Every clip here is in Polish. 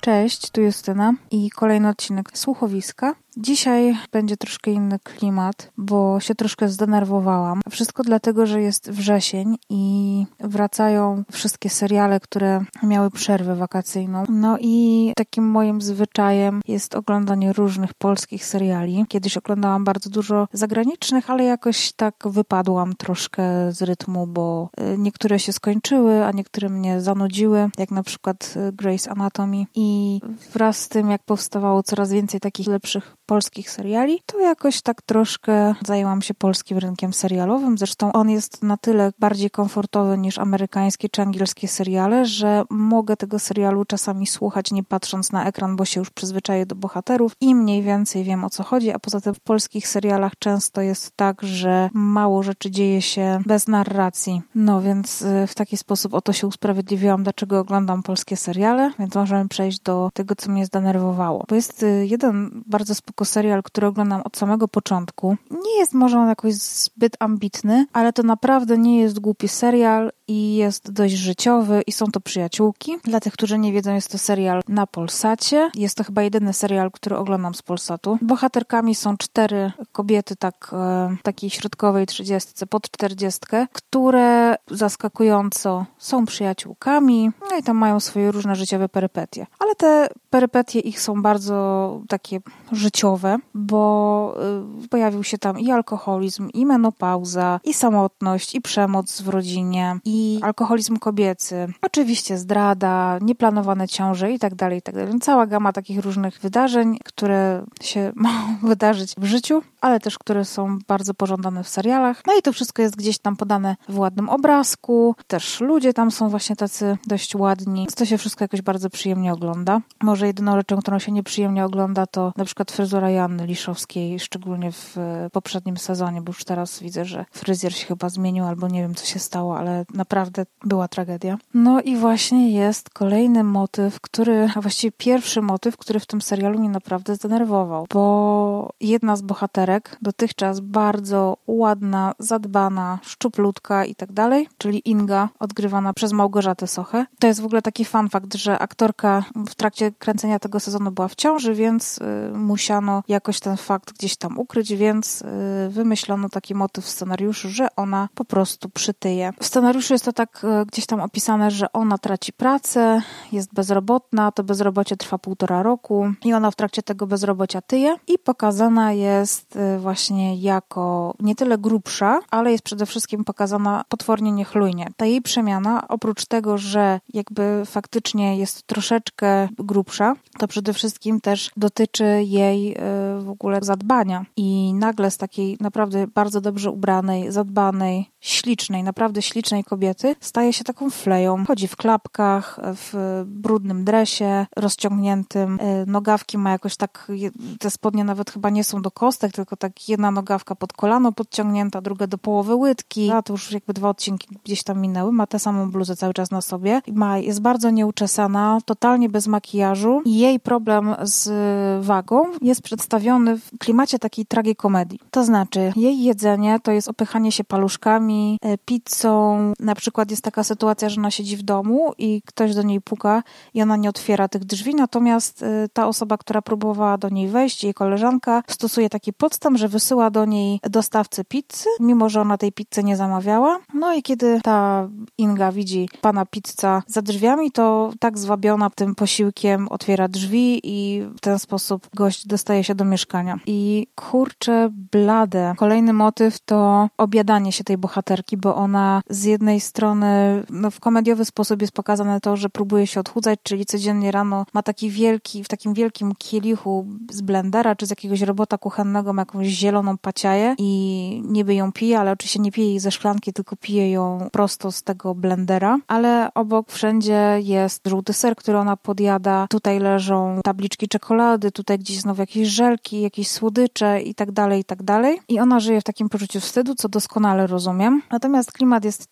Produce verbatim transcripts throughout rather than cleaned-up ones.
Cześć, tu Justyna i kolejny odcinek Słuchowiska. Dzisiaj będzie troszkę inny klimat, bo się troszkę zdenerwowałam. Wszystko dlatego, że jest wrzesień i wracają wszystkie seriale, które miały przerwę wakacyjną. No i takim moim zwyczajem jest oglądanie różnych polskich seriali. Kiedyś oglądałam bardzo dużo zagranicznych, ale jakoś tak wypadłam troszkę z rytmu, bo niektóre się skończyły, a niektóre mnie zanudziły, jak na przykład Grey's Anatomy. I wraz z tym, jak powstawało coraz więcej takich lepszych polskich seriali, to jakoś tak troszkę zajęłam się polskim rynkiem serialowym. Zresztą on jest na tyle bardziej komfortowy niż amerykańskie czy angielskie seriale, że mogę tego serialu czasami słuchać nie patrząc na ekran, bo się już przyzwyczaję do bohaterów i mniej więcej wiem, o co chodzi, a poza tym w polskich serialach często jest tak, że mało rzeczy dzieje się bez narracji. No więc w taki sposób oto się usprawiedliwiłam, dlaczego oglądam polskie seriale, więc możemy przejść do tego, co mnie zdenerwowało. Bo jest jeden bardzo spokojny serial, który oglądam od samego początku. Nie jest może on jakoś zbyt ambitny, ale to naprawdę nie jest głupi serial i jest dość życiowy i są to Przyjaciółki. Dla tych, którzy nie wiedzą, jest to serial na Polsacie. Jest to chyba jedyny serial, który oglądam z Polsatu. Bohaterkami są cztery kobiety tak e, takiej środkowej trzydziestce, pod czterdziestkę, które zaskakująco są przyjaciółkami, no i tam mają swoje różne życiowe perypetie. Ale te perypetie ich są bardzo takie życiowe, bo y, pojawił się tam i alkoholizm, i menopauza, i samotność, i przemoc w rodzinie, i alkoholizm kobiecy, oczywiście zdrada, nieplanowane ciąże i tak dalej, i tak dalej. Cała gama takich różnych wydarzeń, które się mogą wydarzyć w życiu, ale też które są bardzo pożądane w serialach. No i to wszystko jest gdzieś tam podane w ładnym obrazku. Też ludzie tam są właśnie tacy dość ładni. Więc to się wszystko jakoś bardzo przyjemnie ogląda. Może jedyną rzeczą, którą się nieprzyjemnie ogląda, to na przykład fryzura Joanny Liszowskiej, szczególnie w poprzednim sezonie, bo już teraz widzę, że fryzjer się chyba zmienił, albo nie wiem, co się stało, ale naprawdę była tragedia. No i właśnie jest kolejny motyw, który, a właściwie pierwszy motyw, który w tym serialu mnie naprawdę zdenerwował, bo jedna z bohaterek, dotychczas bardzo ładna, zadbana, szczuplutka i tak dalej, czyli Inga, odgrywana przez Małgorzatę Sochę. To jest w ogóle taki fun fact, że aktorka w trakcie kręcenia tego sezonu była w ciąży, więc y, musiano jakoś ten fakt gdzieś tam ukryć, więc y, wymyślono taki motyw w scenariuszu, że ona po prostu przytyje. W scenariuszu jest to tak y, gdzieś tam opisane, że ona traci pracę, jest bezrobotna, to bezrobocie trwa półtora roku i ona w trakcie tego bezrobocia tyje i pokazana jest y, właśnie jako nie tyle grubsza, ale jest przede wszystkim pokazana potwornie niechlujnie. Ta jej przemiana, oprócz tego, że jakby faktycznie jest troszeczkę grubsza, to przede wszystkim też dotyczy jej w ogóle zadbania. I nagle z takiej naprawdę bardzo dobrze ubranej, zadbanej, ślicznej, naprawdę ślicznej kobiety staje się taką fleją. Chodzi w klapkach, w brudnym dresie, rozciągniętym. Nogawki ma jakoś tak, te spodnie nawet chyba nie są do kostek, tylko tak jedna nogawka pod kolano podciągnięta, druga do połowy łydki. A to już jakby dwa odcinki gdzieś tam minęły. Ma tę samą bluzę cały czas na sobie. Ma, jest bardzo nieuczesana, totalnie bez makijażu i jej problem z wagą jest przedstawiony w klimacie takiej tragikomedii. To znaczy, jej jedzenie to jest opychanie się paluszkami, pizzą. Na przykład jest taka sytuacja, że ona siedzi w domu i ktoś do niej puka i ona nie otwiera tych drzwi, natomiast ta osoba, która próbowała do niej wejść, jej koleżanka, stosuje taki podstęp, że wysyła do niej dostawcę pizzy, mimo że ona tej pizzy nie zamawiała. No i kiedy ta Inga widzi pana pizza za drzwiami, to tak zwabiona tym posiłkiem otwiera drzwi i w ten sposób gość dostaje się do mieszkania. I kurczę blade. Kolejny motyw to obiadanie się tej bohaterki, bo ona z jednej strony no, w komediowy sposób jest pokazane to, że próbuje się odchudzać, czyli codziennie rano ma taki wielki, w takim wielkim kielichu z blendera, czy z jakiegoś robota kuchennego ma jakąś zieloną paciaję i niby ją pije, ale oczywiście nie pije jej ze szklanki, tylko pije ją prosto z tego blendera, ale obok wszędzie jest żółty ser, który ona podjada. Tutaj leżą tabliczki czekolady, tutaj gdzieś znowu jakieś żelki, jakieś słodycze i tak dalej, i tak dalej. I ona żyje w takim poczuciu wstydu, co doskonale rozumiem. Natomiast klimat jest taki,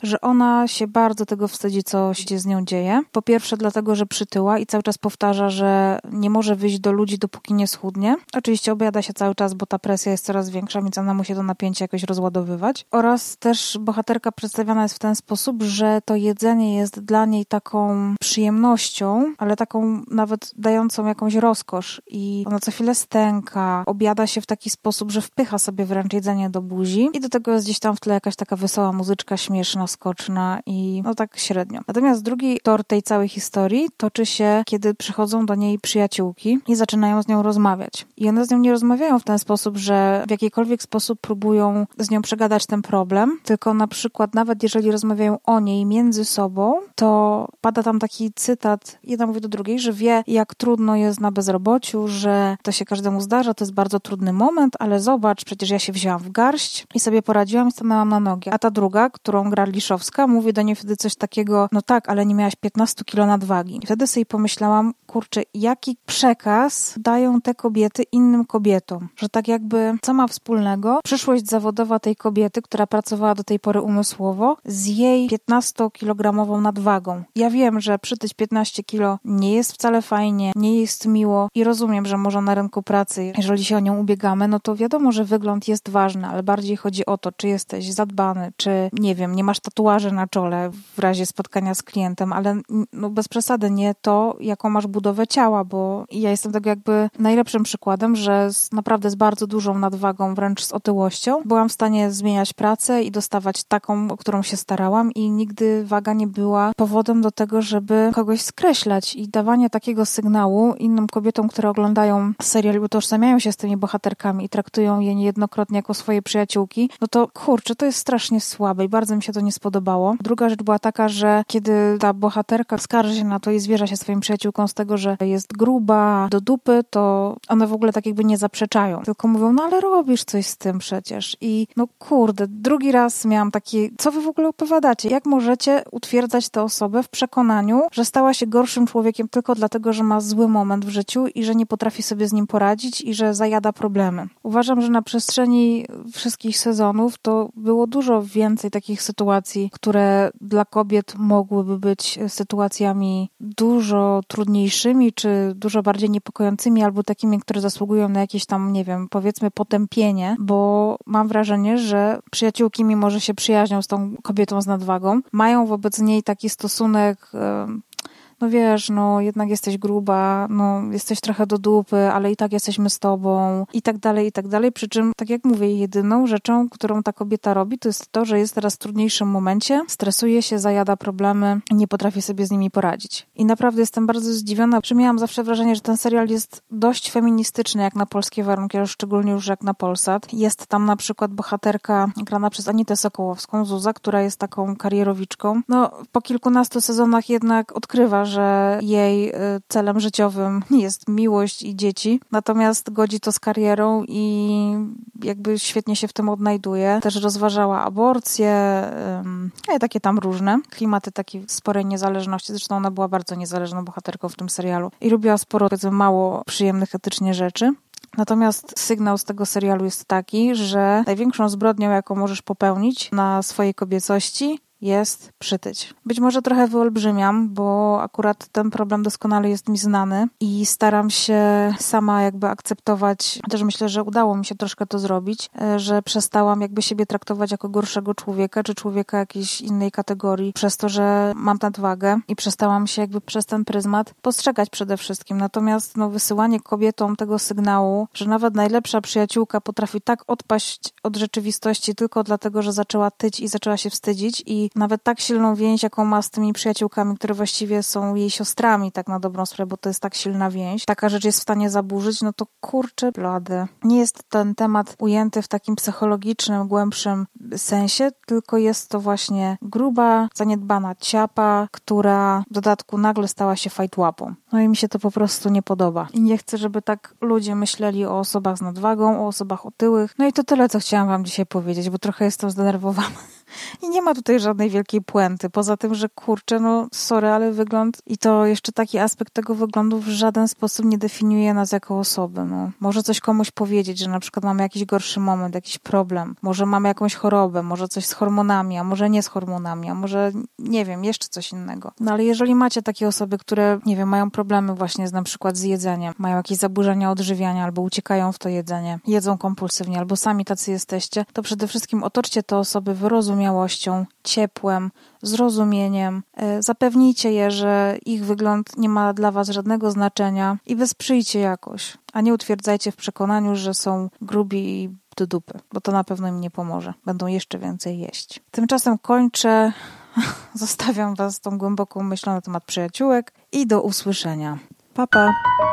że ona się bardzo tego wstydzi, co się z nią dzieje. Po pierwsze dlatego, że przytyła i cały czas powtarza, że nie może wyjść do ludzi, dopóki nie schudnie. Oczywiście obiada się cały czas, bo ta presja jest coraz większa, więc ona musi to napięcie jakoś rozładowywać. Oraz też bohaterka przedstawiana jest w ten sposób, że to jedzenie jest dla niej taką przyjemnością, ale taką nawet dającą jakąś rozkosz i ona co chwilę stęka, obiada się w taki sposób, że wpycha sobie wręcz jedzenie do buzi i do tego jest gdzieś tam w tle jakaś taka wesoła muzyczka, śmieszna, skoczna i no tak średnio. Natomiast drugi tor tej całej historii toczy się, kiedy przychodzą do niej przyjaciółki i zaczynają z nią rozmawiać. I one z nią nie rozmawiają w ten sposób, że w jakikolwiek sposób próbują z nią przegadać ten problem, tylko na przykład nawet jeżeli rozmawiają o niej między sobą, to pada tam taki cytat, jedna mówi do drugiej, że wie, jak trudno jest na bezrobociu, że to się każdemu zdarza, to jest bardzo trudny moment, ale zobacz, przecież ja się wzięłam w garść i sobie poradziłam i stanęłam na nogi. A ta druga, którą gra Liszowska, mówi do niej wtedy coś takiego, no tak, ale nie miałaś piętnaście kilo nadwagi. I wtedy sobie pomyślałam, kurczę, jaki przekaz dają te kobiety innym kobietom, że tak jakby co ma wspólnego przyszłość zawodowa tej kobiety, która pracowała do tej pory umysłowo, z jej piętnastokilogramową nadwagą. Ja wiem, że przytyć piętnaście kilo nie jest wcale fajnie, nie jest miło i rozumiem, że może na rynku pracy, jeżeli się o nią ubiegamy, no to wiadomo, że wygląd jest ważny, ale bardziej chodzi o to, czy jesteś zadbany, czy nie wiem, nie masz tatuaży na czole w razie spotkania z klientem, ale no bez przesady nie to, jaką masz budowę ciała, bo ja jestem tego jakby najlepszym przykładem, że z, naprawdę z bardzo dużą nadwagą, wręcz z otyłością, byłam w stanie zmieniać pracę i dostawać taką, o którą się starałam i nigdy waga nie była powodem do tego, żeby kogoś skreślać i dawanie takiego sygnału innym kobietom, które oglądają serial i utożsamiają się z tymi bohaterkami i traktują je niejednokrotnie jako swoje przyjaciółki, no to kurczę, to jest strasznie słabe i bardzo mi się to nie spodobało. Druga rzecz była taka, że kiedy ta bohaterka skarży się na to i zwierza się swoim przyjaciółkom z tego, że jest gruba do dupy, to one w ogóle tak jakby nie zaprzeczają, tylko mówią, no ale robisz coś z tym przecież i no kurde, drugi raz miałam taki, co wy w ogóle opowiadacie? Jak możecie utwierdzać tę osobę w przekonaniu, że stała się gorszym człowiekiem tylko dlatego, że ma zły moment w życiu i że nie potrafi sobie z nim poradzić i że zajada problemy. Uważam, że na przestrzeni wszystkich sezonów to było dużo więcej takich sytuacji, które dla kobiet mogłyby być sytuacjami dużo trudniejszymi, czy dużo bardziej niepokojącymi, albo takimi, które zasługują na jakieś tam, nie wiem, powiedzmy potępienie, bo mam wrażenie, że przyjaciółki, mimo że się przyjaźnią z tą kobietą z nadwagą, mają wobec niej taki stosunek, no wiesz, no jednak jesteś gruba, no jesteś trochę do dupy, ale i tak jesteśmy z tobą i tak dalej, i tak dalej. Przy czym, tak jak mówię, jedyną rzeczą, którą ta kobieta robi, to jest to, że jest teraz w trudniejszym momencie, stresuje się, zajada problemy, nie potrafi sobie z nimi poradzić. I naprawdę jestem bardzo zdziwiona, że miałam zawsze wrażenie, że ten serial jest dość feministyczny, jak na polskie warunki, ale szczególnie już jak na Polsat. Jest tam na przykład bohaterka grana przez Anitę Sokołowską, Zuza, która jest taką karierowiczką. No, po kilkunastu sezonach jednak odkrywa, że jej celem życiowym jest miłość i dzieci, natomiast godzi to z karierą i jakby świetnie się w tym odnajduje. Też rozważała aborcję, um, takie tam różne klimaty takiej sporej niezależności. Zresztą ona była bardzo niezależną bohaterką w tym serialu i robiła sporo, powiedzmy, mało przyjemnych etycznie rzeczy. Natomiast sygnał z tego serialu jest taki, że największą zbrodnią, jaką możesz popełnić na swojej kobiecości, jest przytyć. Być może trochę wyolbrzymiam, bo akurat ten problem doskonale jest mi znany i staram się sama jakby akceptować, też myślę, że udało mi się troszkę to zrobić, że przestałam jakby siebie traktować jako gorszego człowieka, czy człowieka jakiejś innej kategorii, przez to, że mam nadwagę i przestałam się jakby przez ten pryzmat postrzegać przede wszystkim. Natomiast no, wysyłanie kobietom tego sygnału, że nawet najlepsza przyjaciółka potrafi tak odpaść od rzeczywistości tylko dlatego, że zaczęła tyć i zaczęła się wstydzić i nawet tak silną więź, jaką ma z tymi przyjaciółkami, które właściwie są jej siostrami, tak na dobrą sprawę, bo to jest tak silna więź. Taka rzecz jest w stanie zaburzyć, no to kurczę blady. Nie jest ten temat ujęty w takim psychologicznym, głębszym sensie, tylko jest to właśnie gruba, zaniedbana ciapa, która w dodatku nagle stała się fajtłapą. No i mi się to po prostu nie podoba. I nie chcę, żeby tak ludzie myśleli o osobach z nadwagą, o osobach otyłych. No i to tyle, co chciałam wam dzisiaj powiedzieć, bo trochę jestem zdenerwowana. I nie ma tutaj żadnej wielkiej puenty, poza tym, że kurczę, no sorry, ale wygląd i to jeszcze taki aspekt tego wyglądu w żaden sposób nie definiuje nas jako osoby. No. Może coś komuś powiedzieć, że na przykład mamy jakiś gorszy moment, jakiś problem, może mamy jakąś chorobę, może coś z hormonami, a może nie z hormonami, a może nie wiem, jeszcze coś innego. No ale jeżeli macie takie osoby, które, nie wiem, mają problemy właśnie z na przykład z jedzeniem, mają jakieś zaburzenia odżywiania albo uciekają w to jedzenie, jedzą kompulsywnie albo sami tacy jesteście, to przede wszystkim otoczcie te osoby wyrozumiałością, ciepłem, zrozumieniem. Zapewnijcie je, że ich wygląd nie ma dla was żadnego znaczenia i wesprzyjcie jakoś, a nie utwierdzajcie w przekonaniu, że są grubi i do dupy, bo to na pewno im nie pomoże. Będą jeszcze więcej jeść. Tymczasem kończę. Zostawiam was z tą głęboką myślą na temat przyjaciółek i do usłyszenia. Pa, pa!